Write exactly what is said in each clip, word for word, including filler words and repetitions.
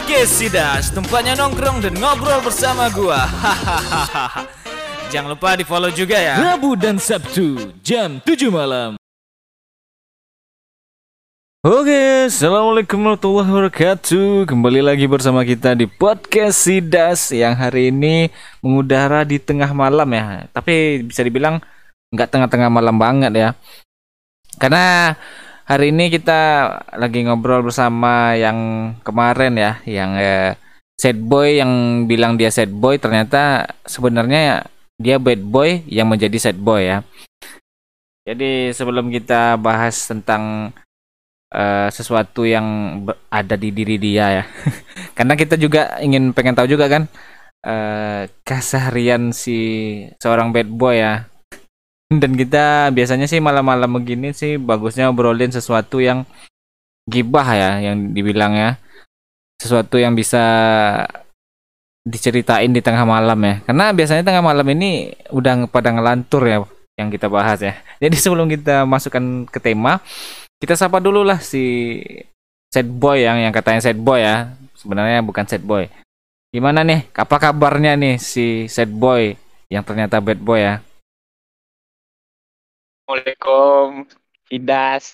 Podcast Sidas, tempatnya nongkrong dan ngobrol bersama gua. Hahaha. Jangan lupa di follow juga ya. Rabu dan Sabtu jam tujuh malam. Oke, assalamualaikum warahmatullahi wabarakatuh. Kembali lagi bersama kita di Podcast Sidas yang hari ini mengudara di tengah malam ya. Tapi bisa dibilang nggak tengah-tengah malam banget ya. Karena hari ini kita lagi ngobrol bersama yang kemarin ya, yang eh, sad boy yang bilang dia sad boy, ternyata sebenarnya dia bad boy yang menjadi sad boy ya. Jadi sebelum kita bahas tentang uh, sesuatu yang be- ada di diri dia ya, karena kita juga ingin pengen tahu juga kan uh, keseharian si seorang bad boy ya. Dan kita biasanya sih malam-malam begini sih bagusnya obrolin sesuatu yang gibah ya, yang dibilang ya, sesuatu yang bisa diceritain di tengah malam ya. Karena biasanya tengah malam ini udah pada ngelantur ya yang kita bahas ya. Jadi sebelum kita masukkan ke tema, kita sapa dulu lah si sad boy yang yang katanya sad boy ya. Sebenarnya bukan sad boy. Gimana nih? Apa kabarnya nih si sad boy yang ternyata bad boy ya? Assalamualaikum, Sidas.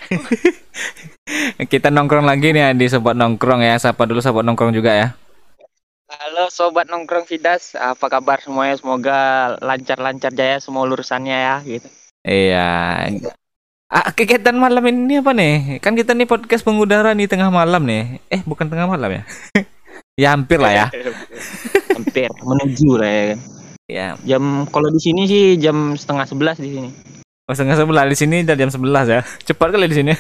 Kita nongkrong lagi nih di Sobat Nongkrong ya. Sapa dulu Sobat Nongkrong juga ya. Halo Sobat Nongkrong Sidas, apa kabar semuanya? Semoga lancar-lancar jaya semua urusannya ya, gitu. Iya. Ah, kegiatan malam ini apa nih? Kan kita nih podcast mengudara nih tengah malam nih. Eh, bukan tengah malam ya? Ya hampir lah ya. Hampir menuju lah ya kan. Ya. Jam kalau di sini sih jam setengah sebelas di sini. Oh, setengah sebelas di sini udah jam sebelas ya. Cepat kali di sini.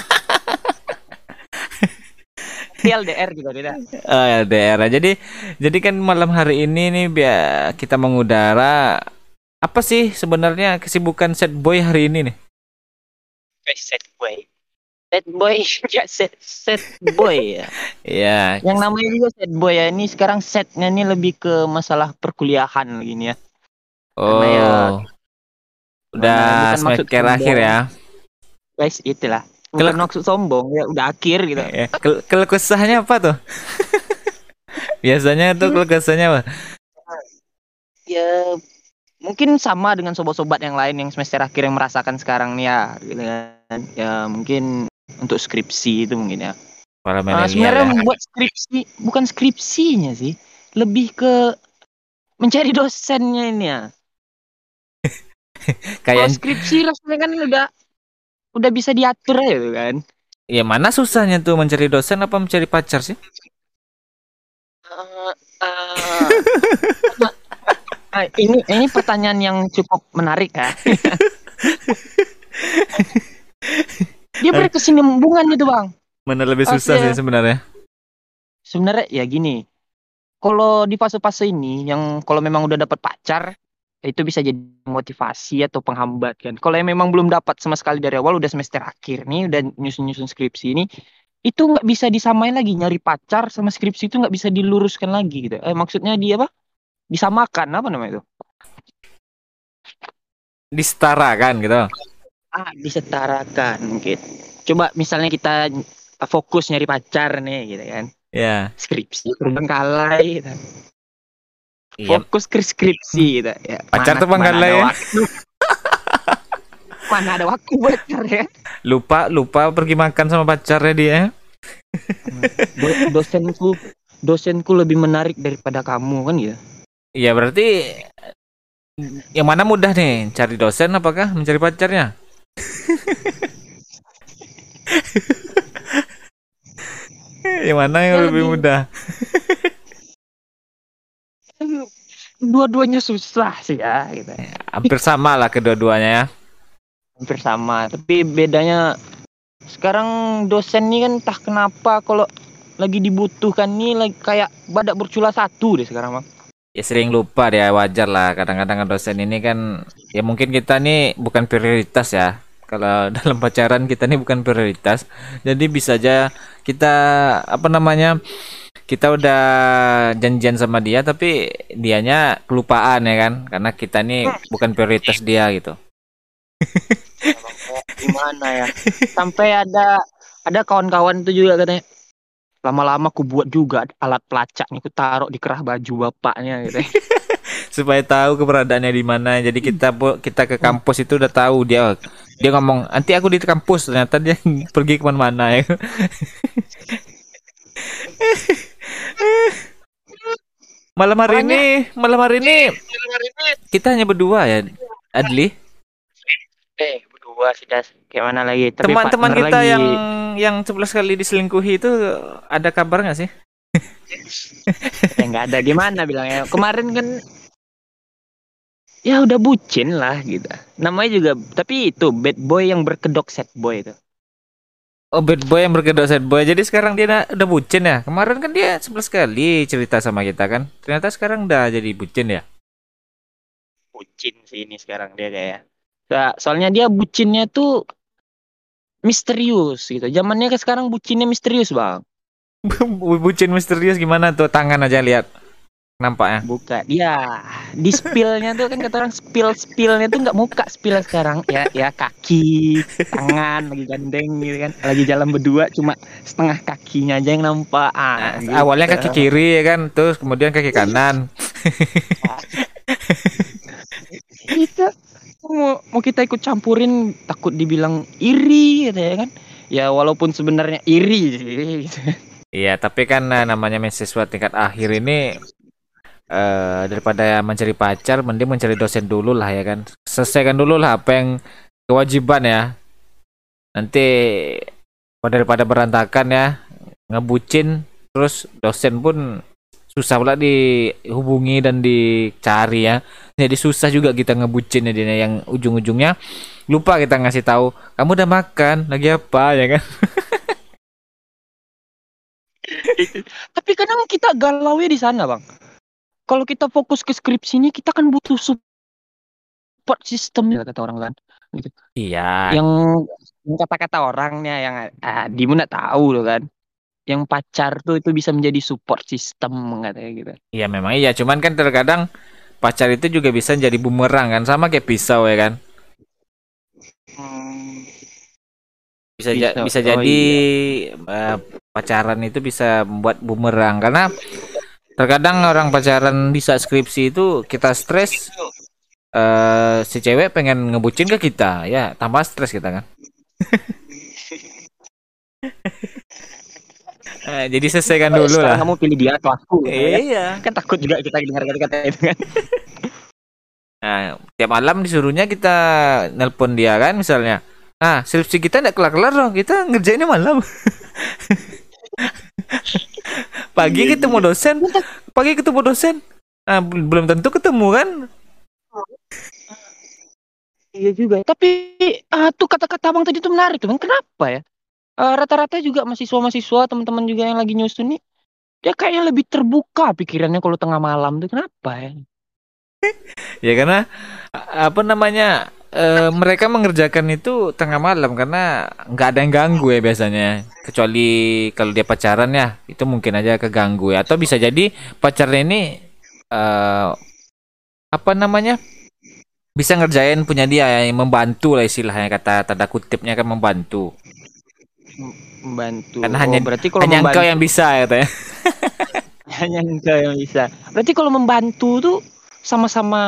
L D R juga tidak. Oh, ya daerah. Jadi jadi kan malam hari ini nih biar kita mengudara. Apa sih sebenarnya kesibukan sad boy hari ini nih? Sad boy. Sad boy ya sad, sad boy ya. Iya. Yang namanya juga sad boy ya. Ini sekarang sadnya ini lebih ke masalah perkuliahan gini ya. Oh. Karena ya, udah bukan maksud semester akhir ya. Guys, itulah. Bukan Kelak- maksud sombong ya, udah akhir gitu. Ya, kel- keluh kesahnya apa tuh? Biasanya tuh keluh kesahnya apa? Ya mungkin sama dengan sobat-sobat yang lain yang semester akhir yang merasakan sekarang nih ya, gitu kan. Ya mungkin untuk skripsi itu mungkin ya. Para Ah, milenial sebenarnya ya. membuat skripsi bukan skripsinya sih, lebih ke mencari dosennya ini ya. Kalau Kayak skripsi rasanya kan udah udah bisa diatur aja tuh kan. ya mana susahnya tuh mencari dosen apa mencari pacar sih? Ah, ah, ah, ini ini pertanyaan yang cukup menarik ya. Dia berkesinambungan gitu bang. Mana lebih susah Oke. sih sebenarnya? Sebenarnya ya gini, kalau di fase-fase ini yang kalau memang udah dapat pacar itu bisa jadi motivasi atau penghambat kan. Kalau yang memang belum dapat sama sekali dari awal udah semester akhir nih, udah nyusun-nyusun skripsi ini, itu nggak bisa disamain lagi, nyari pacar sama skripsi itu nggak bisa diluruskan lagi gitu. Eh maksudnya dia apa? Disamakan apa namanya itu? Disetarakan gitu. Ah, disetarakan mungkin. Coba misalnya kita fokus nyari pacar nih gitu kan. Ya. Skripsi terbengkalai gitu. Iya. Fokus ke skripsi gitu ya. Pacar Mana- terbengkalai mana ada ya? waktu. Mana ada waktu buat pacar ya. Lupa lupa pergi makan sama pacarnya dia. Do- dosenku dosenku lebih menarik daripada kamu kan ya. Iya berarti yang mana mudah nih? Cari dosen apakah mencari pacarnya? Yang mana yang Ya, lebih lebih- mudah? Dua-duanya susah sih ya gitu. Hampir sama lah kedua-duanya ya. Hampir sama, tapi bedanya sekarang dosen nih kan entah kenapa kalau lagi dibutuhkan nih lagi kayak badak bercula satu deh sekarang bang. Ya sering lupa dia, wajar lah. Kadang-kadang dosen ini kan ya mungkin kita nih bukan prioritas ya. Kalau dalam pacaran kita nih bukan prioritas. Jadi bisa aja kita apa namanya? Kita udah janjian sama dia tapi dianya kelupaan ya kan? Karena kita nih bukan prioritas dia gitu. Gimana ya? Sampai ada ada kawan-kawan tuh juga katanya lama-lama aku buat juga alat pelacak nih, aku taruh di kerah baju bapaknya gitu. Supaya tahu keberadaannya di mana. Jadi kita bu- kita ke kampus itu udah tahu dia dia ngomong nanti aku di kampus, ternyata dia pergi kemana-mana ya. Malam hari ini, malam hari ini kita hanya berdua ya, Adli. Eh, berdua sih Das. Kayak mana lagi? Tapi Teman-teman partner kita lagi. yang yang sebelas kali diselingkuhi itu ada kabar nggak sih? Ya nggak ada, gimana bilangnya? Kemarin kan ya udah bucin lah gitu. Namanya juga, tapi itu bad boy yang berkedok sad boy itu. Oh, bad boy yang berkedok sad boy. Jadi sekarang dia na- udah bucin ya. Kemarin kan dia sebelas kali cerita sama kita kan. Ternyata sekarang udah jadi bucin ya. Bucin sih ini sekarang dia kayak. Nah, soalnya dia bucinnya tuh misterius gitu. Zamannya ke sekarang bucinnya misterius, Bang. Bucin misterius gimana tuh? Tangan aja lihat. Nampaknya. Buka dia di spillnya tuh kan, kata orang spill spillnya tuh nggak muka spill sekarang ya, ya kaki tangan lagi gandeng gitu kan, lagi jalan berdua cuma setengah kakinya aja yang nampak. Ah, gitu. Awalnya kaki kiri ya kan, terus kemudian kaki kanan. Kita mau mau kita ikut campurin takut dibilang iri gitu ya kan, ya walaupun sebenarnya iri gitu. Iya, tapi kan nah, namanya mahasiswa tingkat akhir ini eh daripada mencari pacar, mending mencari dosen dulu lah ya kan. Selesaikan dulu lah apa yang kewajiban ya. Nanti daripada berantakan ya, ngebucin terus dosen pun susah pula dihubungi dan dicari ya. Jadi susah juga kita ngebucin ya, dia yang ujung-ujungnya lupa kita ngasih tahu, kamu udah makan, lagi apa ya kan. Tapi kadang kita galau ya di sana, Bang. Kalau kita fokus ke skripsi ini, kita kan butuh support system ya, kata orang kan. Gitu. Iya. Yang, yang kata-kata orangnya yang ah, Dimu nggak tahu loh kan. Yang pacar tuh itu bisa menjadi support system katanya gitu. Iya memang iya, cuman kan terkadang pacar itu juga bisa jadi bumerang kan, sama kayak pisau ya kan. Hmm. Bisa ja- Pisau. bisa Oh, jadi iya. eh, pacaran itu bisa membuat bumerang, karena terkadang orang pacaran di saat skripsi itu kita stres, eh si cewek pengen ngebucin ke kita ya, tambah stres kita kan. Eh, jadi selesaikan dulu Sekarang lah. kamu pilih dia atau aku gitu ya. Iya. Kan takut juga kita dengar kata-kata itu kan. Nah, tiap malam disuruhnya kita nelpon dia kan misalnya. Nah, skripsi kita enggak kelar-kelar dong. Kita ngerjainnya malam. Pagi ketemu dosen, pagi ketemu dosen. Nah, bel- belum tentu ketemu kan? Iya juga. Tapi ah, tuh kata-kata Bang tadi tuh menarik tuh, Bang. Kenapa ya? Eh, rata-rata juga mahasiswa-mahasiswa, teman-teman juga yang lagi nyusun nih, dia kayaknya lebih terbuka pikirannya kalau tengah malam tuh. Kenapa ya? Ya karena a- apa namanya? eh, mereka mengerjakan itu tengah malam karena nggak ada yang ganggu ya biasanya. Kecuali kalau dia pacaran ya, itu mungkin aja keganggu ya. Atau bisa jadi pacarnya ini eh apa namanya? Bisa ngerjain punya dia ya, yang membantu lah istilahnya, kata tanda kutipnya kan membantu. Membantu. Karena Oh, hanya berarti kalau hanya engkau membantu yang bisa katanya. hanya engkau yang bisa. Berarti kalau membantu tuh sama-sama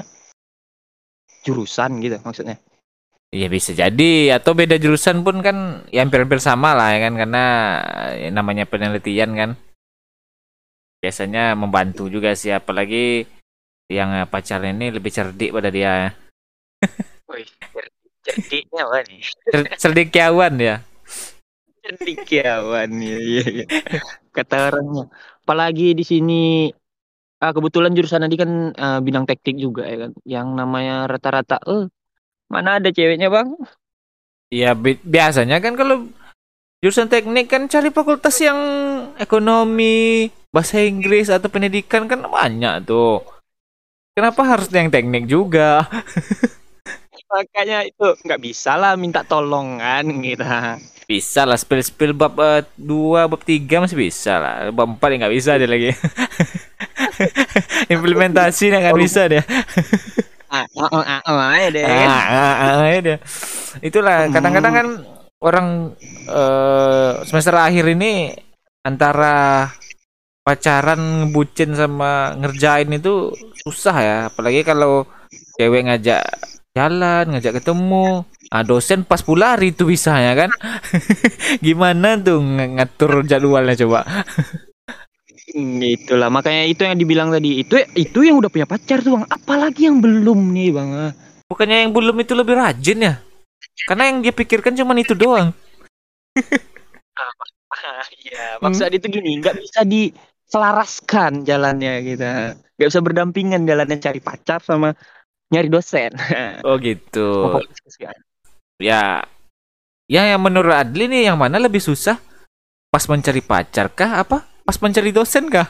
jurusan gitu maksudnya. Iya bisa jadi, atau beda jurusan pun kan ya hampir-hampir sama lah ya kan, karena ya, namanya penelitian kan. Biasanya membantu juga sih, apalagi yang eh, pacarnya ini lebih cerdik pada dia ya. Wih, cerdiknya apa nih? Cer- cerdikiawan ya. Cendikiawan ya, iya, iya. Kata orangnya. Apalagi di sini ah, kebetulan jurusan tadi kan eh, bidang teknik juga ya kan. Yang namanya rata-rata eh mana ada ceweknya, Bang? Iya bi- biasanya kan kalau jurusan teknik kan cari fakultas yang ekonomi, bahasa Inggris atau pendidikan kan banyak tuh. Kenapa harus yang teknik juga? Makanya itu nggak bisa lah minta tolong kan gitu. Bisa lah, spill-spill bab eh, dua, bab tiga masih bisa lah. Bab empat ya nggak bisa dia lagi. Implementasi nggak bisa dia. Ah, ah, ah, ah, ah, ya deh. Ah, ah, ah, ya dia. Itulah kadang-kadang kan orang eh, semester akhir ini antara pacaran, ngebucin sama ngerjain itu susah ya. Apalagi kalau cewek ngajak jalan, ngajak ketemu. Ah, dosen pas pula hari itu bisa ya kan? Gimana tuh ng- ngatur jadwalnya coba? Hmm, itulah makanya itu yang dibilang tadi itu itu yang udah punya pacar tuh bang, apalagi yang belum nih bang. Ah. Bukannya yang belum itu lebih rajin ya? Karena yang dia pikirkan cuma itu doang. Iya, Hmm. maksud itu gini, nggak bisa diselaraskan jalannya gitu, nggak bisa berdampingan jalannya cari pacar sama nyari dosen. Oh gitu. Semua fokus ke sekian. Ya, ya yang menurut Adli nih yang mana lebih susah? Pas mencari pacar kah? Apa? Pas mencari dosen kah?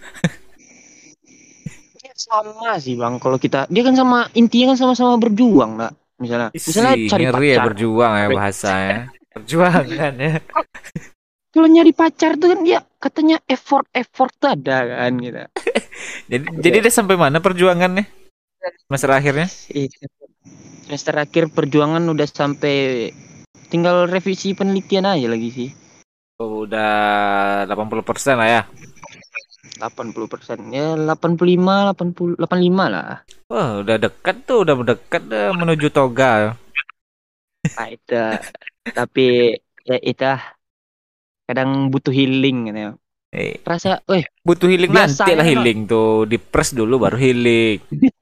Ya, sama sih bang, kalau kita dia kan sama intinya kan sama-sama berjuang lah. Misalnya, misalnya Isi cari ngeri ya pacar. berjuang ya bahasanya. Perjuangan ya. Kalau nyari pacar tuh kan dia katanya effort effort tuh ada kan gitu. Jadi jadi dia sampai mana perjuangannya? Semester akhirnya? Iya. Semester akhir perjuangan udah sampai tinggal revisi penelitian aja lagi sih. Oh, udah delapan puluh persen lah ya. delapan puluh persen ya, delapan puluh lima, delapan puluh, delapan puluh lima lah. Wah, udah dekat tuh, udah mendekat dah menuju toga. Nah, itu tapi ya itu kadang butuh healing gitu ya. Eh, Rasa, eh butuh healing nanti biasanya lah Bang. healing tuh, di press dulu baru healing.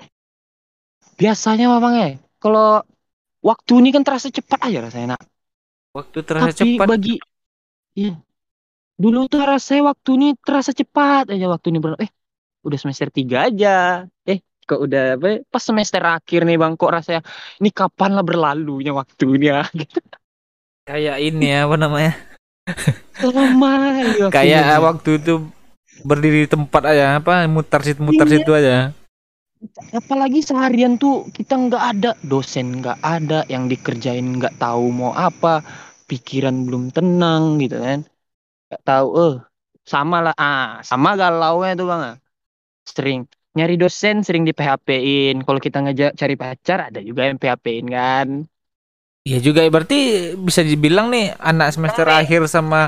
biasanya Bang ya, kalau waktu ini kan terasa cepat aja rasanya nak. Waktu terasa Tapi cepat. bagi ya, dulu tuh rasanya waktu ini terasa cepat aja waktu ini ber- eh udah semester tiga aja. Eh kok udah apa, ya, pas semester akhir nih Bang, kok rasanya ini kapan lah berlalunya waktunya. Kayak ini ya, apa namanya? Lama ya waktunya. Kayak waktu itu berdiri di tempat aja, apa mutar situ mutar Iya. situ aja. Apalagi seharian tuh kita nggak ada dosen, nggak ada yang dikerjain, nggak tahu mau apa, pikiran belum tenang gitu kan, nggak tahu eh sama lah, ah sama galaunya tuh bang. Ah. Sering nyari dosen, sering di P H P-in. Kalau kita ngajak cari pacar ada juga yang P H P-in kan. Ya juga berarti bisa dibilang nih anak semester akhir sama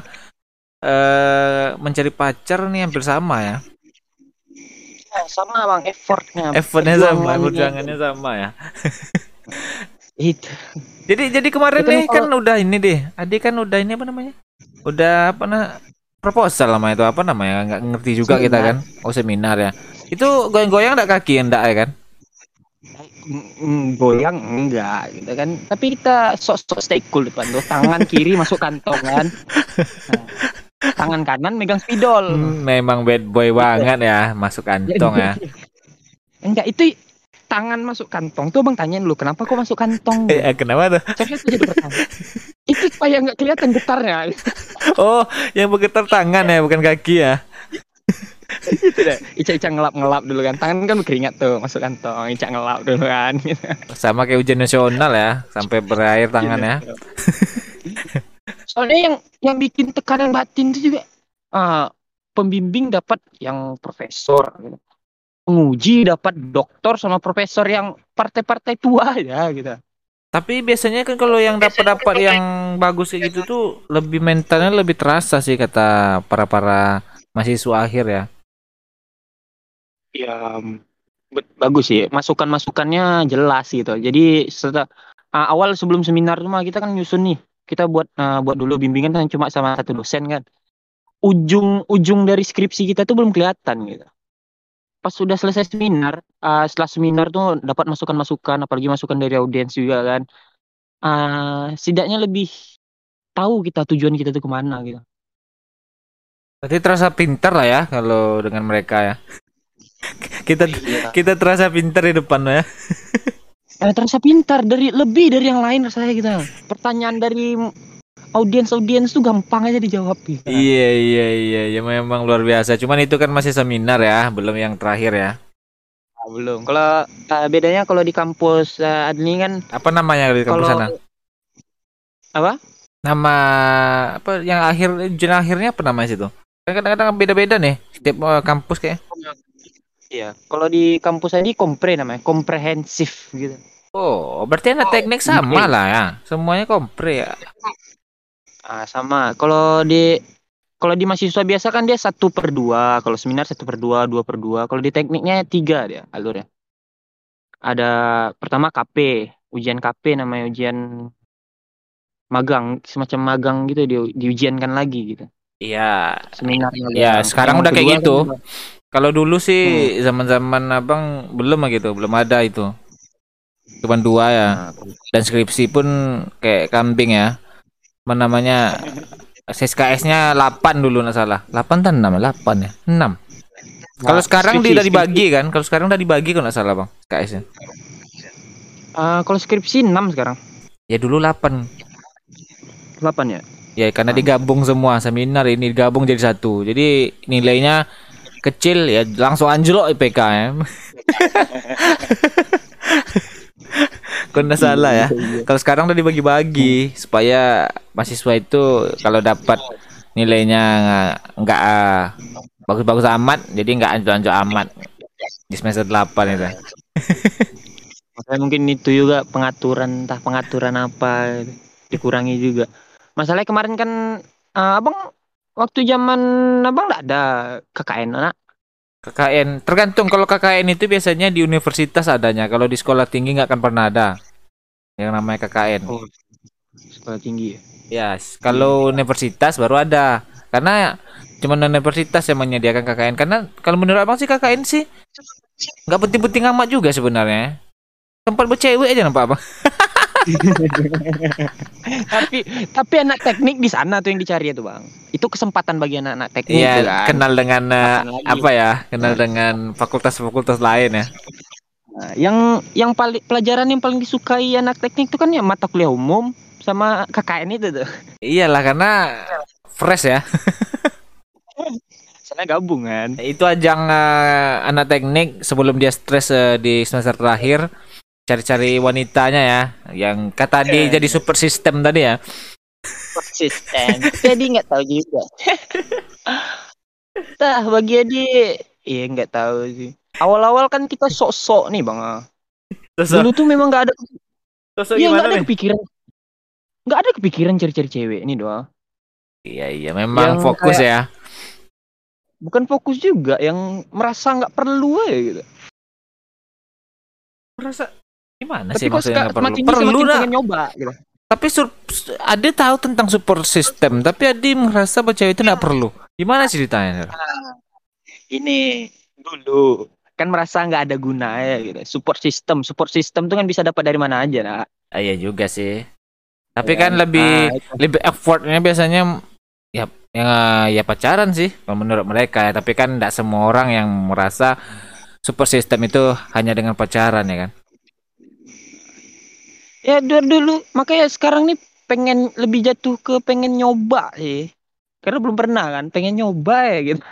eh mencari pacar nih hampir sama ya. Ya, sama bang, effortnya, Effortnya sama, perjuangannya. perjuangannya sama ya. Itu Jadi jadi kemarin Itu nih nih kan kalau- udah ini deh. Adi kan udah ini apa namanya? Udah apa nah proposal namanya itu apa namanya? Nggak ngerti juga kita Seminar. kan. Oh seminar ya. Itu goyang-goyang enggak kaki enggak ya kan? Mm, goyang enggak gitu kan, tapi kita sok-sok stay cool depan tuh, tangan kiri masuk kantong kan. Nah, tangan kanan megang spidol. Hmm, memang bad boy banget ya, masuk kantong ya. Enggak, itu tangan masuk kantong tuh bang, tanyain dulu kenapa kok masuk kantong. Eh, eh, kenapa tuh? Saya tuh jadi bertanya itu supaya nggak kelihatan getarnya. Oh, yang bergetar tangan ya, bukan kaki ya. Gitu deh. Ica-ica ngelap-ngelap dulu kan, tangan kan berkeringat tuh, masuk kantong, Ica ngelap dulu kan. Sama kayak ujian nasional ya, sampai berair tangan ya. Soalnya yang yang bikin tekanan batin itu juga ah, pembimbing dapat yang profesor gitu. Penguji dapat doktor sama profesor yang partai-partai tua ya gitu. Tapi biasanya kan kalau yang dapat-dapat yang bagus kayak gitu tuh lebih mentalnya lebih terasa sih kata para-para mahasiswa akhir ya. Ya bet- bagus sih, masukan-masukannya jelas gitu. Jadi setelah ah, awal sebelum seminar tuh mah kita kan nyusun nih, kita buat ah, buat dulu bimbingan kan cuma sama satu dosen kan. Ujung-ujung dari skripsi kita tuh belum kelihatan gitu. Pas sudah selesai seminar, ah, setelah seminar tuh dapat masukan-masukan, apalagi masukan dari audiens juga kan. Ah, setidaknya lebih tahu kita tujuan kita tuh kemana gitu. Berarti terasa pintar lah ya kalau dengan mereka ya. Kita Iya. kita terasa pintar di depan ya. Eh, terasa pintar dari lebih dari yang lain rasanya kita. Pertanyaan dari audiens-audiens tuh gampang aja dijawab gitu. Iya iya iya ya memang luar biasa. Cuman itu kan masih seminar ya, belum yang terakhir ya. Ah, belum. Kalau ah, bedanya kalau di kampus ah, admin kan Apa namanya di kampus kalau sana? apa? Nama apa yang akhir ujian akhirnya apa namanya situ? Kan kadang-kadang beda-beda nih setiap eh, kampus kayak. Iya, kalau di kampus ini kompre namanya, komprehensif gitu. Oh, berarti anak teknik sama lah ya. Semuanya kompre ya. Ah, sama. Kalau di Kalau di mahasiswa biasa kan dia satu per dua, kalau seminar satu per dua, dua per dua. Kalau di tekniknya tiga dia alurnya. Ada pertama K P, ujian K P namanya ujian magang, semacam magang gitu di diujiankan lagi gitu. Iya. Seminar Ya, sekarang udah kayak gitu. Kan, kalau dulu sih hmm. zaman-zaman abang belum gitu, belum ada itu. Cuman dua ya. Nah, Dan skripsi pun kayak kambing ya. Apa namanya? S K S-nya delapan dulu nggak salah. delapan dan enam, delapan ya. enam. nah, Kalau sekarang skripsi, dia udah skripsi. dibagi kan? Kalau sekarang udah dibagi kalau nggak salah, Bang, S K S-nya. Uh, kalau skripsi enam sekarang. Ya dulu delapan. delapan ya? Ya karena digabung semua seminar ini digabung jadi satu. Jadi nilainya kecil ya langsung anjlok I P K ya. Kau nggak salah ya. Kalau sekarang udah dibagi-bagi supaya mahasiswa itu kalau dapat nilainya nggak uh, bagus-bagus amat, jadi nggak anjlok-anjlok amat di semester delapan itu. Makanya mungkin itu juga pengaturan, entah pengaturan apa dikurangi juga. Masalahnya kemarin kan uh, abang waktu zaman abang nggak ada K K N anak. K K N tergantung, kalau K K N itu biasanya di universitas adanya, kalau di sekolah tinggi nggak akan pernah ada yang namanya K K N. Oh, sekolah tinggi ya. Ya, yes. Kalau universitas baru ada, karena cuma universitas yang menyediakan K K N. Karena kalau menurut abang sih K K N sih nggak penting-penting amat juga sebenarnya. Tempat bercewek aja nampak abang. tapi tapi anak teknik di sana tuh yang dicari ya tuh bang. Itu kesempatan bagi anak-anak teknik. Iya, kan? kenal dengan uh, apa ya? Kenal nah. dengan fakultas-fakultas lain ya. Nah, yang yang paling pelajaran yang paling disukai anak teknik itu kan ya mata kuliah umum sama K K N itu tuh. Iyalah karena fresh ya. Sana gabungan. Itu ajang uh, anak teknik sebelum dia stres uh, di semester terakhir. Cari-cari wanitanya ya, yang kata dia jadi super system tadi ya. Super system. Jadi nggak tahu juga. Tah bagi dia, iya nggak tahu sih. Awal-awal kan kita sok-sok nih bang. Dulu tuh memang nggak ada. Iya nggak ada nih? kepikiran. Nggak ada kepikiran cari-cari cewek ini doang. Iya iya, memang yang fokus kayak, ya. Bukan fokus juga, yang merasa nggak perlu aja gitu. Merasa gimana tapi sih maksudnya nggak perlu? Perlu lah. Nyoba, gitu. Tapi sur- Ade tahu tentang support system, tapi Ade merasa bahwa cewek itu nggak perlu. Gimana sih ditanya? Nah, ini dulu kan merasa nggak ada guna ya gitu. Support system, support system tuh kan bisa dapat dari mana aja, nak. Ah, iya juga sih. Tapi ya, kan lebih ah, lebih effortnya biasanya ya ya, ya pacaran sih kalau menurut mereka. Tapi kan nggak semua orang yang merasa support system itu hanya dengan pacaran ya kan. Ya dulu, dulu makanya sekarang nih pengen lebih jatuh ke pengen nyoba sih. Karena belum pernah kan, pengen nyoba ya gitu.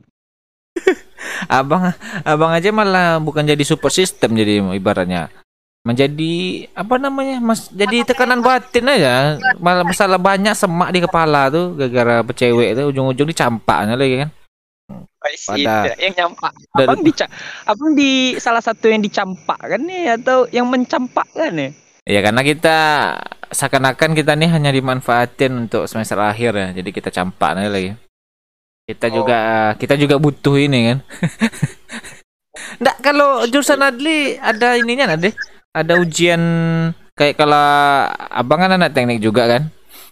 abang abang aja malah bukan jadi support system, jadi ibaratnya menjadi apa namanya mas jadi tekanan batin aja, malah masalah banyak semak di kepala tuh gara-gara bercewek itu ujung-ujung dicampaknya lagi kan. Pada yang nyampak abang di abang di salah satu yang dicampakkan nih atau yang mencampakkan nih. Ya karena kita seakan-akan kita nih hanya dimanfaatin untuk semester akhir ya, jadi kita campak aja lagi. Kita oh. juga kita juga butuh ini kan. Nggak, kalau jurusan Adli ada ininya nanti, ada ujian kayak kalau abang kan anak teknik juga kan.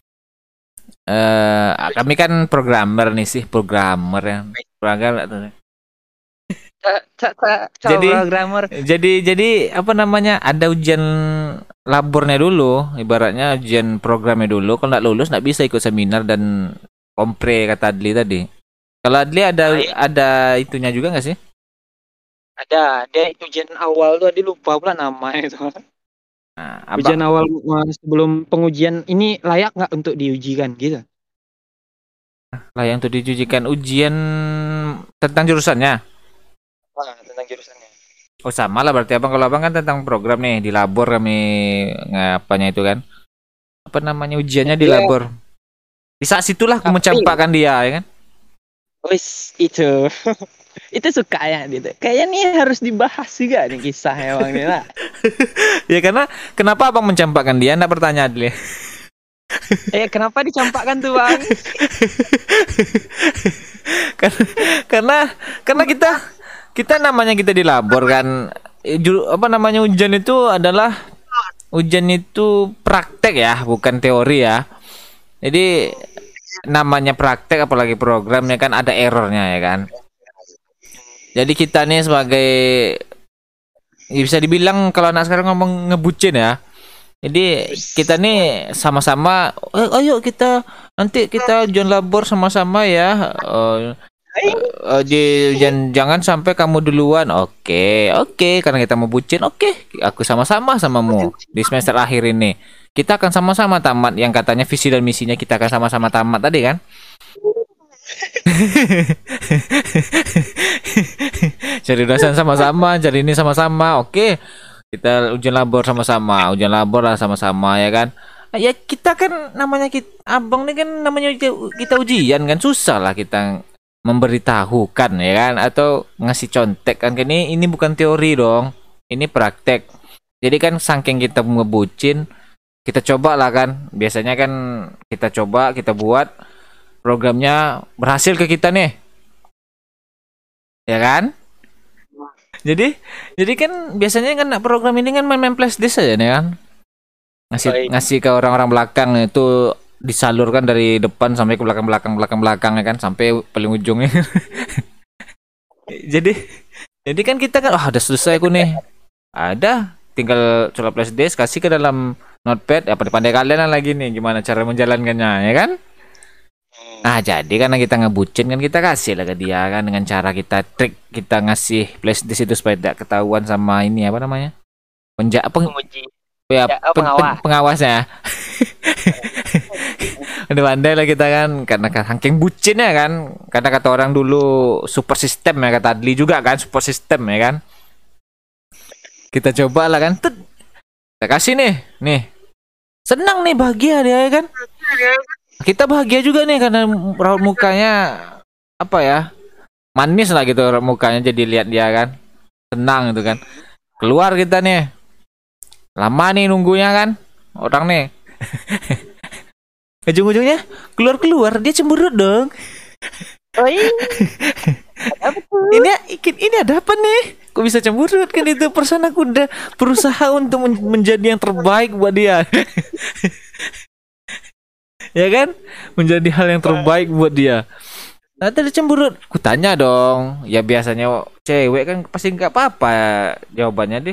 Eh uh, kami kan programmer nih sih, programmer ya. Programmer. jadi programmer. jadi jadi apa namanya ada ujian labornya dulu, ibaratnya ujian programnya dulu. Kalau nggak lulus nggak bisa ikut seminar dan kompre kata Adli tadi. Kalau Adli ada nah, ada itunya juga nggak sih? Ada, dia ujian awal tuh Adli lupa pula namanya itu. Nah, ujian awal sebelum pengujian ini layak nggak untuk diujikan gitu? Layak untuk diujikan, ujian tentang jurusannya. Nah, tentang jurusannya. Oh sama lah berarti abang, kalau abang kan tentang program nih di labor kami ngapanya itu kan apa namanya ujiannya di yeah. labor. Di saat situlah aku mencampakkan dia ya kan. Wis itu itu suka ya gitu. Kayaknya nih harus dibahas juga nih kisahnya bang Nila. Ya karena kenapa abang mencampakkan dia? Nggak bertanya dulu. Eh kenapa dicampakkan tuh bang? Karena karena karena kita kita namanya kita di labor kan. Eh, ju- apa namanya ujian itu adalah ujian itu praktek ya, bukan teori ya. Jadi namanya praktek apalagi programnya kan ada errornya ya kan. Jadi kita nih sebagai ya bisa dibilang kalau anak sekarang ngomong ngebucin ya. Jadi kita nih sama-sama, eh, ayo kita nanti kita ujian labor sama-sama ya. Eh, eh, di jangan, jangan sampai kamu duluan. Oke, oke, karena kita mau bucin. Oke, aku sama-sama samamu di semester akhir ini. Kita akan sama-sama tamat yang katanya visi dan misinya kita akan sama-sama tamat tadi kan? Cari dosen sama-sama, cari ini sama-sama. Oke. Kita ujian labor sama-sama, ujian labor lah sama-sama ya kan. Ya kita kan namanya kita, abang nih kan namanya kita, kita ujian kan susah lah kita memberitahukan ya kan atau ngasih contek kan ini ini bukan teori dong, ini praktek. Jadi kan saking kita ngebucin, kita coba lah kan. Biasanya kan kita coba, kita buat programnya berhasil ke kita nih, ya kan? Jadi, jadi kan biasanya kan program ini kan main-main flash disk aja nih kan, ngasih Baik. ngasih ke orang-orang belakang itu disalurkan dari depan sampai ke belakang belakang belakang belakang ya kan sampai paling ujungnya. jadi, jadi kan kita kan, oh udah selesai aku nih, ada tinggal colok flash disk kasih ke dalam notepad, ya pandai-pandai kalian lah lagi nih gimana cara menjalankannya ya kan. Nah jadi karena kita ngebucin kan kita kasih lah ke dia kan dengan cara kita trik kita ngasih flash disk itu supaya tidak ketahuan sama ini apa namanya penja peng Penguji. ya, Ya, oh, pen- pen- pengawas. pengawasnya. Udah pandai lah kita kan karena kan saking bucinnya kan karena kata orang dulu super system ya kata Adli juga kan super system ya kan. Kita coba lah kan, Tet. Kita kasih nih, nih senang nih bahagia dia ya kan. Kita bahagia juga nih karena raut mukanya apa ya manis lah gitu raut mukanya jadi lihat dia kan senang gitu kan. Keluar kita nih lama nih nunggunya kan orang nih. Ujung-ujungnya keluar-keluar dia cemberut dong. Oh iya. Apa tuh? Ini ini ada apa nih? Kok bisa cemberut kan itu perasaan aku udah berusaha untuk men- menjadi yang terbaik buat dia. Ya kan? Menjadi hal yang terbaik buat dia. Nah, tadi cemberut. Ku tanya dong. Ya biasanya cewek kan pasti nggak apa-apa jawabannya deh.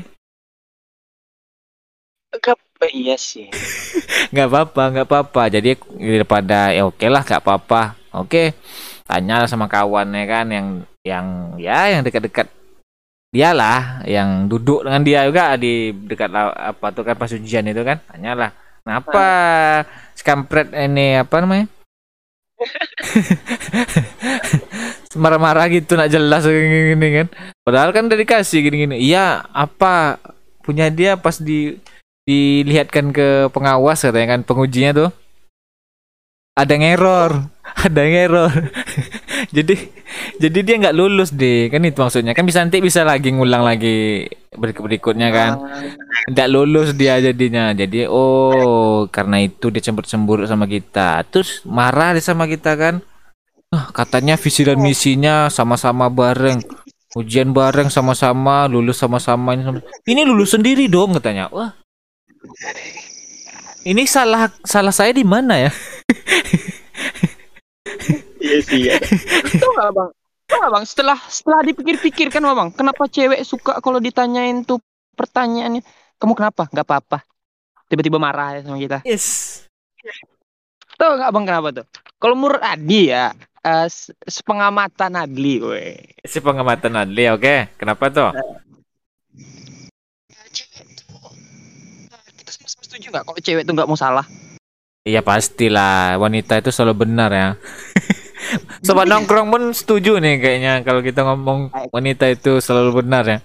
Enggak, iya sih. Nggak apa-apa, nggak apa-apa. Jadi daripada ya oke lah, nggak apa-apa. Oke, tanya lah sama kawan ya kan yang yang ya yang dekat-dekat dia lah, yang duduk dengan dia juga di dekat la- apa tuh kan pas ujian itu kan. Tanyalah, kenapa skampret ini apa namanya? Marah-marah gitu nak jelas gini kan. Padahal kan udah dikasih gini-gini. Iya, apa punya dia pas di dilihatkan ke pengawas katanya kan pengujinya tuh ada ngeror, ada ngeror. jadi jadi dia nggak lulus deh kan itu maksudnya kan bisa nanti bisa lagi ngulang lagi berikut berikutnya kan nggak lulus dia jadinya jadi oh karena itu dia cemburu-cemburu sama kita terus marah dia sama kita kan ah, katanya visi dan misinya sama-sama bareng ujian bareng sama-sama lulus sama-sama ini, sama- ini lulus sendiri dong katanya wah ini salah salah saya di mana ya. Iya sih. Ya. Tahu nggak bang? Tahu nggak bang? Setelah setelah dipikir-pikir kan bang, kenapa cewek suka kalau ditanyain tuh pertanyaannya, kamu kenapa? Nggak apa-apa. Tiba-tiba marah ya sama kita. Yes. Tahu nggak bang kenapa tuh? Kalau menurut Adi ya, eh, se- sepengamatan Adli, weh. Si pengamatan Adli, oke. Kenapa tuh? Cewek tuh, kita semua setuju nggak kalau cewek tuh nggak mau salah? Iya pastilah, wanita itu selalu benar ya. Sobat nongkrong pun setuju nih kayaknya kalau kita ngomong wanita itu selalu benar ya.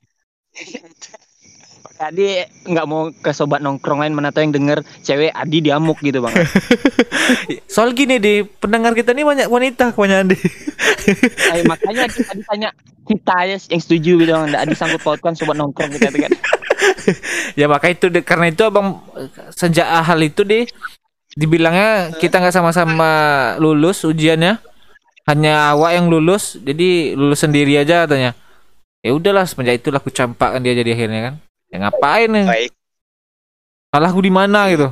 Adi nggak mau ke sobat nongkrong lain mana tahu yang denger cewek Adi diamuk gitu bang. Soal gini di pendengar kita nih banyak wanita kebanyakan di. Ay, makanya Adi, Adi tanya kita ya yang setuju gitu bang. Nggak Adi sangkut pautkan sobat nongkrong kita tuh kan. Ya maka itu deh, karena itu abang sejak hal itu deh dibilangnya kita nggak sama-sama lulus ujiannya, hanya awak yang lulus, jadi lulus sendiri aja katanya. Ya udahlah, semenjak itulah aku campakkan dia jadi akhirnya kan. Ya ngapain nih? Baik. Salahku di mana gitu?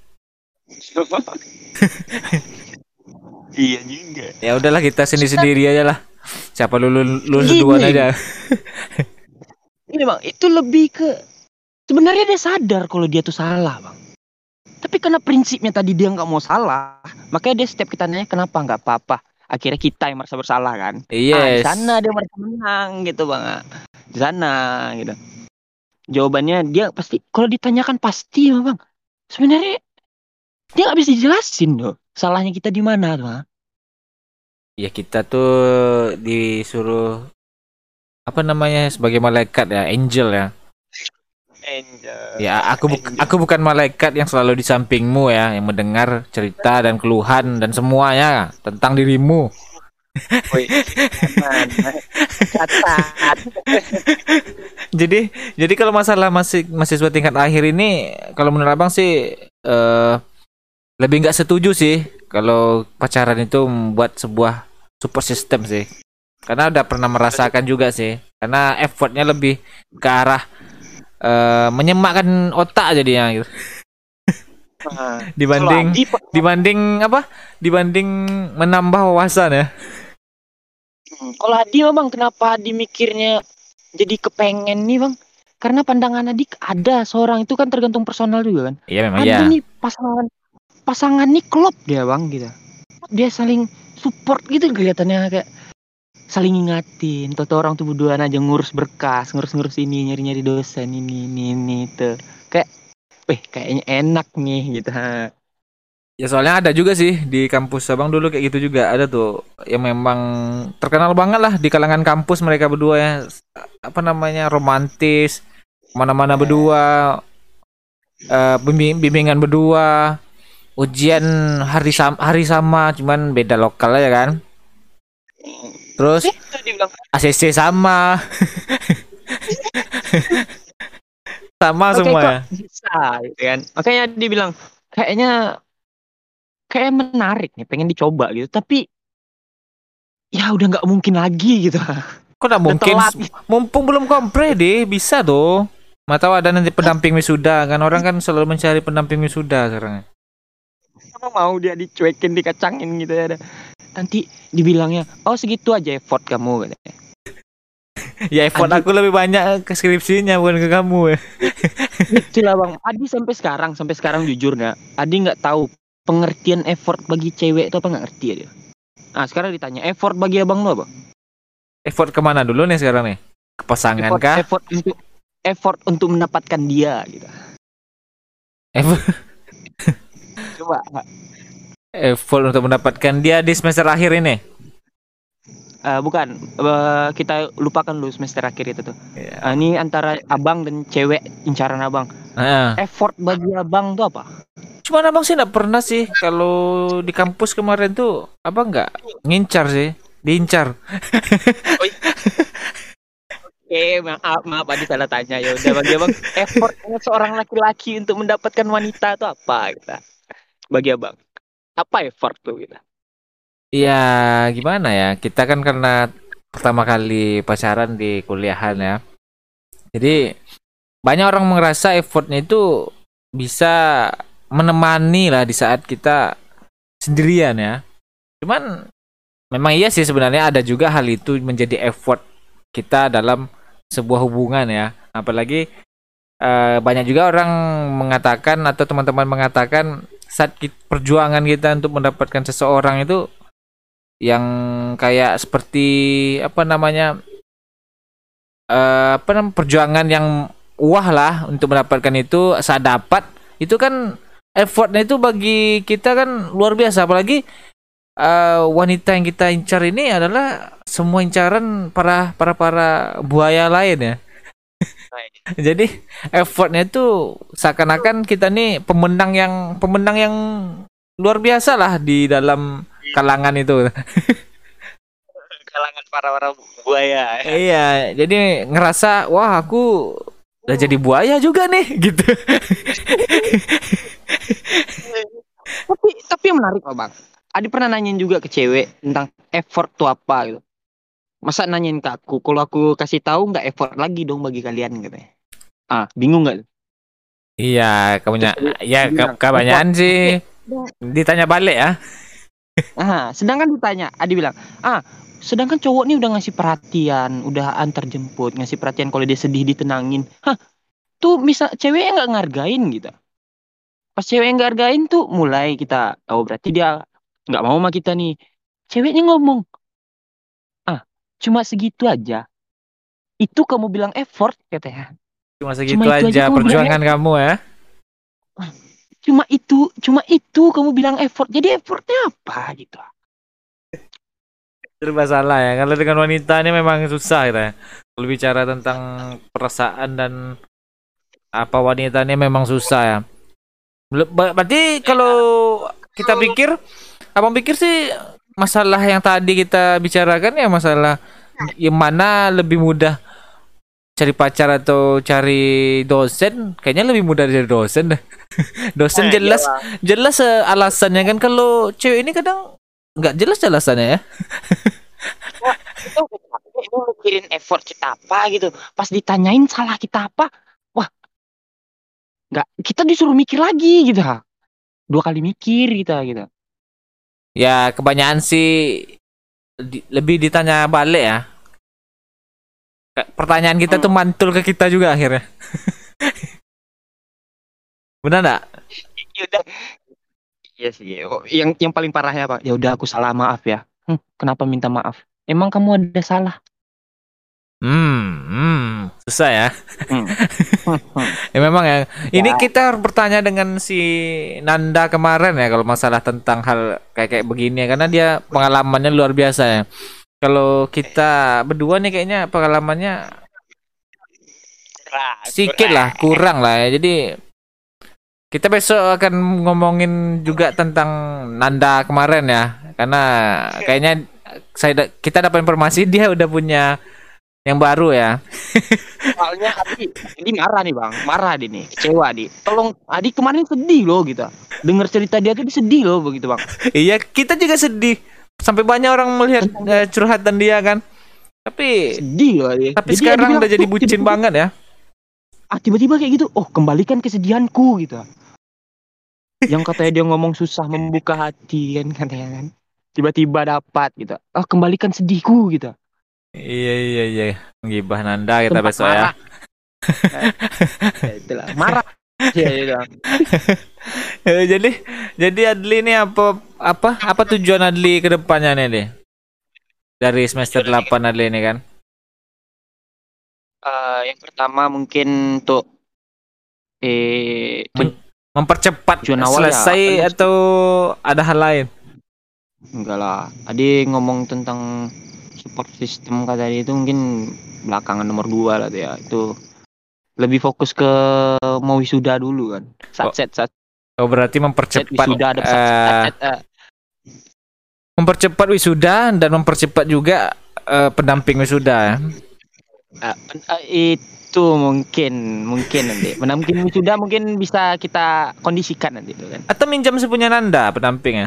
Iya juga. Ya udahlah, kita sendiri-sendiri aja lah. Siapa lulus lulus Gini. duluan aja. Ini bang, itu lebih ke sebenarnya dia sadar kalau dia tuh salah bang. Tapi karena prinsipnya tadi dia nggak mau salah, makanya dia setiap kita nanya kenapa nggak apa-apa. Akhirnya kita yang merasa bersalah kan. Ah, di Yes. sana dia merasa menang gitu bang. Di sana gitu. Jawabannya dia pasti kalau ditanyakan pasti bang. Sebenarnya dia nggak bisa dijelasin loh. Salahnya kita di mana tuh bang? Ya kita tuh disuruh apa namanya sebagai malaikat ya, angel ya. Angel. Ya aku bu- aku bukan malaikat yang selalu di sampingmu ya, yang mendengar cerita dan keluhan dan semuanya tentang dirimu. Woi, catat. Jadi jadi kalau masalah masih mahasiswa tingkat akhir ini, kalau menurut abang sih eh, lebih nggak setuju sih kalau pacaran itu membuat sebuah support system sih. Karena udah pernah merasakan juga sih. Karena effortnya lebih ke arah eh, menyemakkan otak jadinya gitu. Nah, Dibanding kalau Adi, dibanding apa? Dibanding menambah wawasan ya. Hmm, kalau Adi mah bang, kenapa Adi mikirnya jadi kepengen nih bang? Karena pandangan Adi ada seorang itu kan tergantung personal juga kan. Iya memang Adi ya. nih pasangan pasangan nih klop dia bang gitu. Dia saling support gitu kelihatannya kayak saling ngingatin. Toto orang tuh berduaan aja ngurus berkas, ngurus-ngurus ini, nyari-nyari dosen ini, ini, ini, itu. Kayak, weh kayaknya enak nih gitu. Ya soalnya ada juga sih di kampus abang dulu kayak gitu juga, ada tuh yang memang terkenal banget lah di kalangan kampus, mereka berdua ya, apa namanya, romantis, mana-mana berdua, eh, bimbing- bimbingan berdua, ujian hari sama hari sama cuman beda lokal aja kan, terus Itu dibilang A C C sama sama oke semua kok ya. bisa gitu kan. Makanya dibilang kayaknya kayak menarik nih, pengen dicoba gitu. Tapi ya udah nggak mungkin lagi gitu. Kok nggak mungkin, telat. mumpung belum kompre deh, bisa tuh. Mau tahu ada nanti pendamping wisuda kan, orang kan selalu mencari pendamping wisuda sekarang. Sama mau dia dicuekin, dikacangin gitu ya. Nanti dibilangnya, oh segitu aja effort kamu katanya. Ya effort Adi- aku lebih banyak ke skripsinya bukan ke kamu ya. Itulah bang, Adi sampai sekarang, sampai sekarang jujur nggak, Adi nggak tahu pengertian effort bagi cewek itu apa, nggak ngerti ya dia. Nah sekarang ditanya effort bagi abang lo apa? Effort kemana dulu nih sekarang nih? Ke pasangan Effort, kah? effort untuk effort untuk mendapatkan dia gitu. Effort, Coba. effort untuk mendapatkan dia di semester akhir ini. Eh, bukan, Eh, kita lupakan dulu semester akhir itu tuh. Ya. Ah, ini antara abang dan cewek incaran abang. Nah, Effort bagi abang tuh apa? cuman abang sih nggak pernah sih kalau di kampus kemarin tuh abang nggak ngincar sih, diincar. Oke, maaf, maaf Adi salah tanya ya. Udah bagi abang, effortnya seorang laki-laki untuk mendapatkan wanita itu apa gitu? Bagi abang, apa effort tuh gitu? Iya, gimana ya? Kita kan karena pertama kali pacaran di kuliahan ya. Jadi banyak orang merasa effortnya itu bisa menemani lah di saat kita sendirian ya. Cuman memang iya sih sebenarnya ada juga hal itu menjadi effort kita dalam sebuah hubungan ya. Apalagi eh, banyak juga orang mengatakan atau teman-teman mengatakan saat ki- perjuangan kita untuk mendapatkan seseorang itu yang kayak seperti apa namanya eh, apa namanya perjuangan yang wah lah untuk mendapatkan itu saat dapat itu kan effortnya itu bagi kita kan luar biasa, apalagi eh, wanita yang kita incar ini adalah semua incaran para para para buaya lain ya. Jadi effortnya itu seakan-akan kita nih pemenang yang pemenang yang luar biasa lah di dalam kalangan itu. Kalangan para para buaya. Iya, jadi ngerasa wah aku udah jadi buaya juga nih gitu. Tapi tapi yang menarik loh bang. Adi pernah nanyain juga ke cewek tentang effort tuh apa gitu. Masa nanyain ke aku, kalau aku kasih tahu nggak effort lagi dong bagi kalian katanya. Ah, bingung nggak? Iya, kamunya Terus dia ya dia ke- bilang effort. kebanyakan sih Tapi ditanya balik ya. ah, sedangkan ditanya, Adi bilang, ah, sedangkan cowok nih udah ngasih perhatian, udah antar jemput, ngasih perhatian kalau dia sedih ditenangin. Hah, tuh misal ceweknya nggak ngargain gitu. Pas cewek yang nggak hargain tuh mulai kita, oh berarti dia nggak mau sama kita nih. Ceweknya ngomong, ah, cuma segitu aja. Itu kamu bilang effort katanya. Cuma Cuma segitu itu aja aja kamu bilang perjuangan effort. kamu ya. Cuma itu, cuma itu kamu bilang effort. Jadi effortnya apa gitu? Serba salah ya. Kalau dengan wanita ini memang susah kita ya. Kalau bicara tentang perasaan dan apa wanita ini memang susah ya. Bel- ber- Berarti kalau kita pikir, abang pikir sih masalah yang tadi kita bicarakan ya masalah yang mana lebih mudah cari pacar atau cari dosen, kayaknya lebih mudah dari dosen deh. Dosen Nah, iya jelas bang. jelas eh, alasannya kan, kalau cewek ini kadang nggak jelas alasannya ya. Wah, itu itu mikirin effort kita apa gitu. Pas ditanyain salah kita apa, wah nggak, kita disuruh mikir lagi gitu. Dua kali mikir kita gitu. Ya kebanyakan sih di- lebih ditanya balik ya. Kayak pertanyaan kita tuh Hmm. mantul ke kita juga akhirnya. Benar nggak? Ya udah. Iya sih. Oh, yang yang paling parahnya apa? Ya udah aku salah maaf ya. Hmm, kenapa minta maaf? Emang kamu ada salah? Hmm, hmm, susah ya. Hmm. Hmm, hmm. Ya memang ya. Ini Ya, kita harus bertanya dengan si Nanda kemarin ya kalau masalah tentang hal kayak kayak begini ya, karena dia pengalamannya luar biasa ya. Kalau kita berdua nih kayaknya pengalamannya kurang, sedikit lah, kurang. kurang lah ya. Jadi kita besok akan ngomongin juga tentang Nanda kemarin ya, karena kayaknya saya da- kita dapat informasi dia udah punya yang baru ya. Soalnya Adi, Adi marah nih bang, marah Adi nih, kecewa Adi. Tolong, Adi kemarin sedih loh gitu. Dengar cerita dia tuh dia sedih loh begitu bang. Iya, kita juga sedih. Sampai banyak orang melihat eh, curhatan dia kan. Tapi Sedih loh Adi. tapi Jadi Adi sekarang bilang, udah jadi "Tuh, bucin tiba-tiba, banget ya. ah tiba-tiba kayak gitu. Oh kembalikan kesedihanku gitu. Yang katanya dia ngomong susah membuka hati kan katanya kan. Tiba-tiba dapat gitu. Oh kembalikan sedihku gitu. Iya iya iya. Menggibah Nanda kita Tempat besok ya. marah. Eh, ya itulah marah. Ya, ya, Eh, jadi jadi Adli ini apa apa apa tujuan Adli ke depannya nih deh? Dari semester delapan Adli ini kan. Eh, yang pertama mungkin untuk eh Men- mempercepat tujuan awal ya selesai kan atau ada hal lain? enggak lah. Tadi ngomong tentang support system kata dia itu mungkin belakangan nomor dua lah tuh ya. Itu lebih fokus ke mau wisuda dulu kan. Oh, Satset set oh berarti set mempercepat wisuda ada eh, satset eh, mempercepat wisuda dan mempercepat juga eh, pendamping wisuda ya. eh, pen- eh, itu mungkin mungkin nanti. Pendamping wisuda mungkin bisa kita kondisikan nanti itu kan. Atau minjam sepunya Nanda pendampingnya.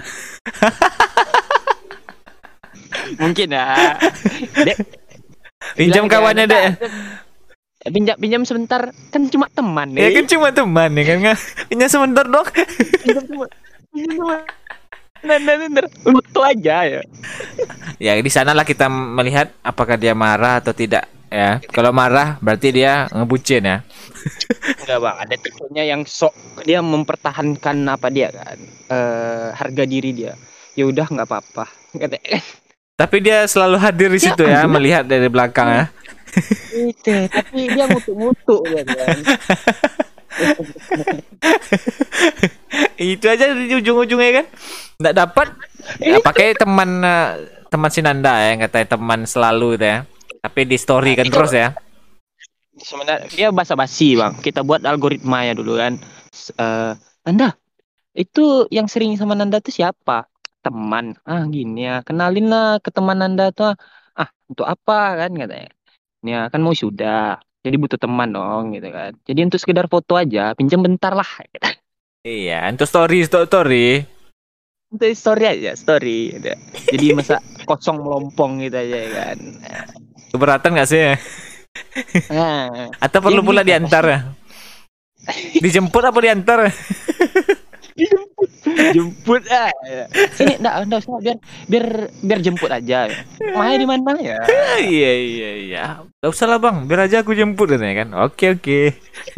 Mungkin ya. Dek, Pinjam bilang aja, kawannya "Nanda, deh. pinjam pinjam sebentar kan cuma teman Ya nih." kan cuma teman ya kan nggak. Pinjam sebentar dong. Pinjam cuma pinjam cuma nah, nah, nah, nah. Foto aja ya. Ya di sanalah kita melihat apakah dia marah atau tidak ya. Kalau marah berarti dia ngebucin ya. Enggak bang, ada tipenya yang sok dia mempertahankan apa dia kan, eh harga diri dia. Ya udah nggak apa-apa. Kata Tapi dia selalu hadir di ya situ ya, aja melihat dari belakang ya. itu, tapi dia ngutuk-ngutuk gitu kan. Itu aja di ujung-ujungnya kan. Nggak dapat. Ya, pakai teman eh, teman si Nanda ya, yang katanya teman selalu gitu ya. Tapi di story Nah, kan itu terus ya. sebenarnya dia basa-basi bang. Kita buat algoritmanya dulu kan. S- eh, Nanda, itu yang sering sama Nanda tuh siapa? Teman. Ah gini ya, kenalin lah ke teman Nanda tuh. Ah untuk apa kan katanya. Ya kan mau sudah. Jadi butuh teman dong gitu kan. Jadi untuk sekedar foto aja, pinjam bentar lah. Iya, untuk story, untuk story. Untuk story aja, story. Udah. Jadi masa kosong melompong gitu aja kan. Keberatan nggak sih? Nah, Atau perlu ya pula gitu. diantar? Dijemput apa diantar? Jemput ah. Sini enggak, enggak usah biar biar biar jemput aja. Rumahnya di mana ya? Iya iya iya. Gak usah lah bang, biar aja aku jemput ya kan. Oke oke.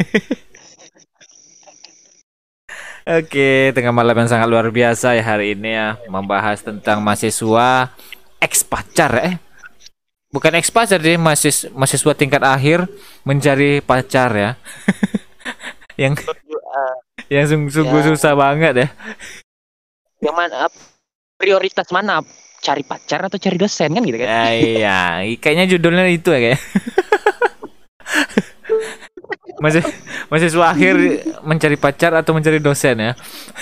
Oke, tengah malam yang sangat luar biasa ya hari ini ya, membahas tentang mahasiswa ex pacar eh. Bukan ex pacar deh, mahasiswa, mahasiswa tingkat akhir mencari pacar ya. Yang yang sungguh-sungguh Ya. susah banget ya. Yang mana prioritas mana? Cari pacar atau cari dosen kan gitu kan? Ya, iya, kayaknya judulnya itu ya kayak. Masih mahasiswa akhir mencari pacar atau mencari dosen ya.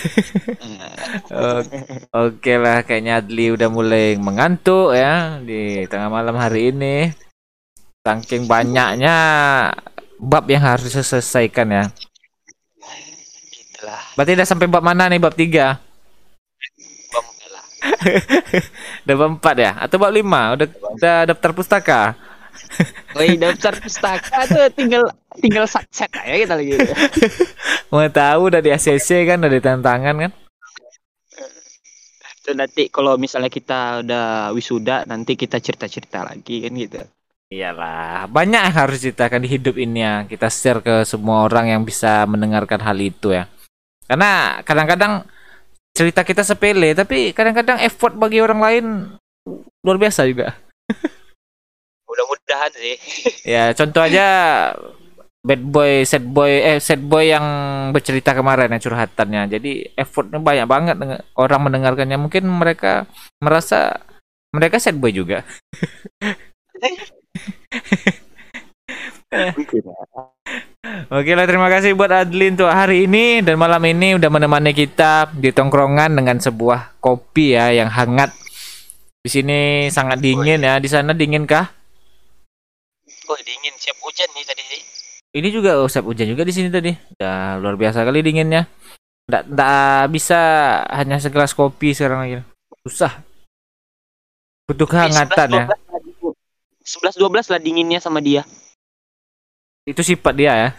Oke, oke lah, kayaknya Adli udah mulai mengantuk ya di tengah malam hari ini. Saking banyaknya bab yang harus diselesaikan ya. Itulah. Berarti udah sampai bab mana nih? Bab tiga? Bom lah. Udah bab empat ya? Atau bab lima? Udah, udah daftar pustaka? Woi, daftar pustaka tuh tinggal tinggal set aja kita lagi. Mau tahu udah di A C C kan, udah di tantangan kan? Tuh nanti kalau misalnya kita udah wisuda, nanti kita cerita-cerita lagi kan gitu. Iyalah, banyak yang harus diceritakan di hidup ini ya. Kita share ke semua orang yang bisa mendengarkan hal itu ya. Karena kadang-kadang cerita kita sepele, tapi kadang-kadang effort bagi orang lain luar biasa juga. Mudah-mudahan sih. Ya, contoh aja bad boy, sad boy, eh sad boy yang bercerita kemarin ya curhatannya. Jadi effortnya banyak banget dengan orang mendengarkannya. Mungkin mereka merasa mereka sad boy juga. Oke lah, terima kasih buat Adli untuk hari ini dan malam ini udah menemani kita di tongkrongan dengan sebuah kopi ya yang hangat. Di sini sangat dingin ya. Di sana dingin kah? Oh, dingin, siap hujan nih tadi sih. Ini juga oh, siap hujan juga di sini tadi. Udah luar biasa kali dinginnya. Nggak, nggak bisa hanya segelas kopi sekarang lagi. Susah. Butuh kehangatan ya. sebelas dua belas lah dinginnya sama dia. Itu sifat dia ya.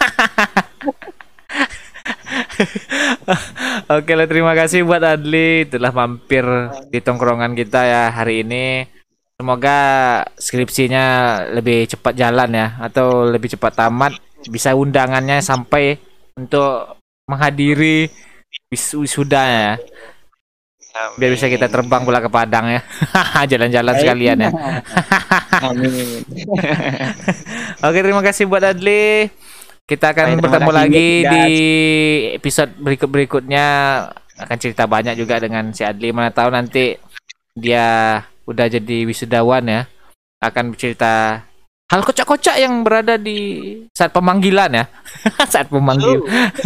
Oke lah, terima kasih buat Adli telah mampir di tongkrongan kita ya hari ini. Semoga skripsinya lebih cepat jalan ya, atau lebih cepat tamat. Bisa undangannya sampai untuk menghadiri wis wisuda ya. Biar bisa kita terbang pula ke Padang ya. Jalan-jalan sekalian ya. Amin. Oke, terima kasih buat Adli. Kita akan Baik, terima bertemu kasih, lagi guys. di episode berikut-berikutnya. Akan cerita banyak juga dengan si Adli. Mana tahu nanti dia udah jadi wisudawan ya. Akan bercerita hal kocak-kocak yang berada di saat pemanggilan ya. Saat pemanggil.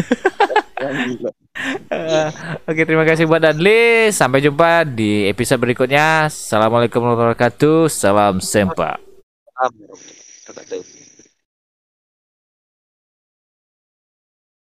Uh, Oke, terima kasih buat Adli. Sampai jumpa di episode berikutnya. Assalamualaikum warahmatullahi wabarakatuh. Salam sempa. Amin.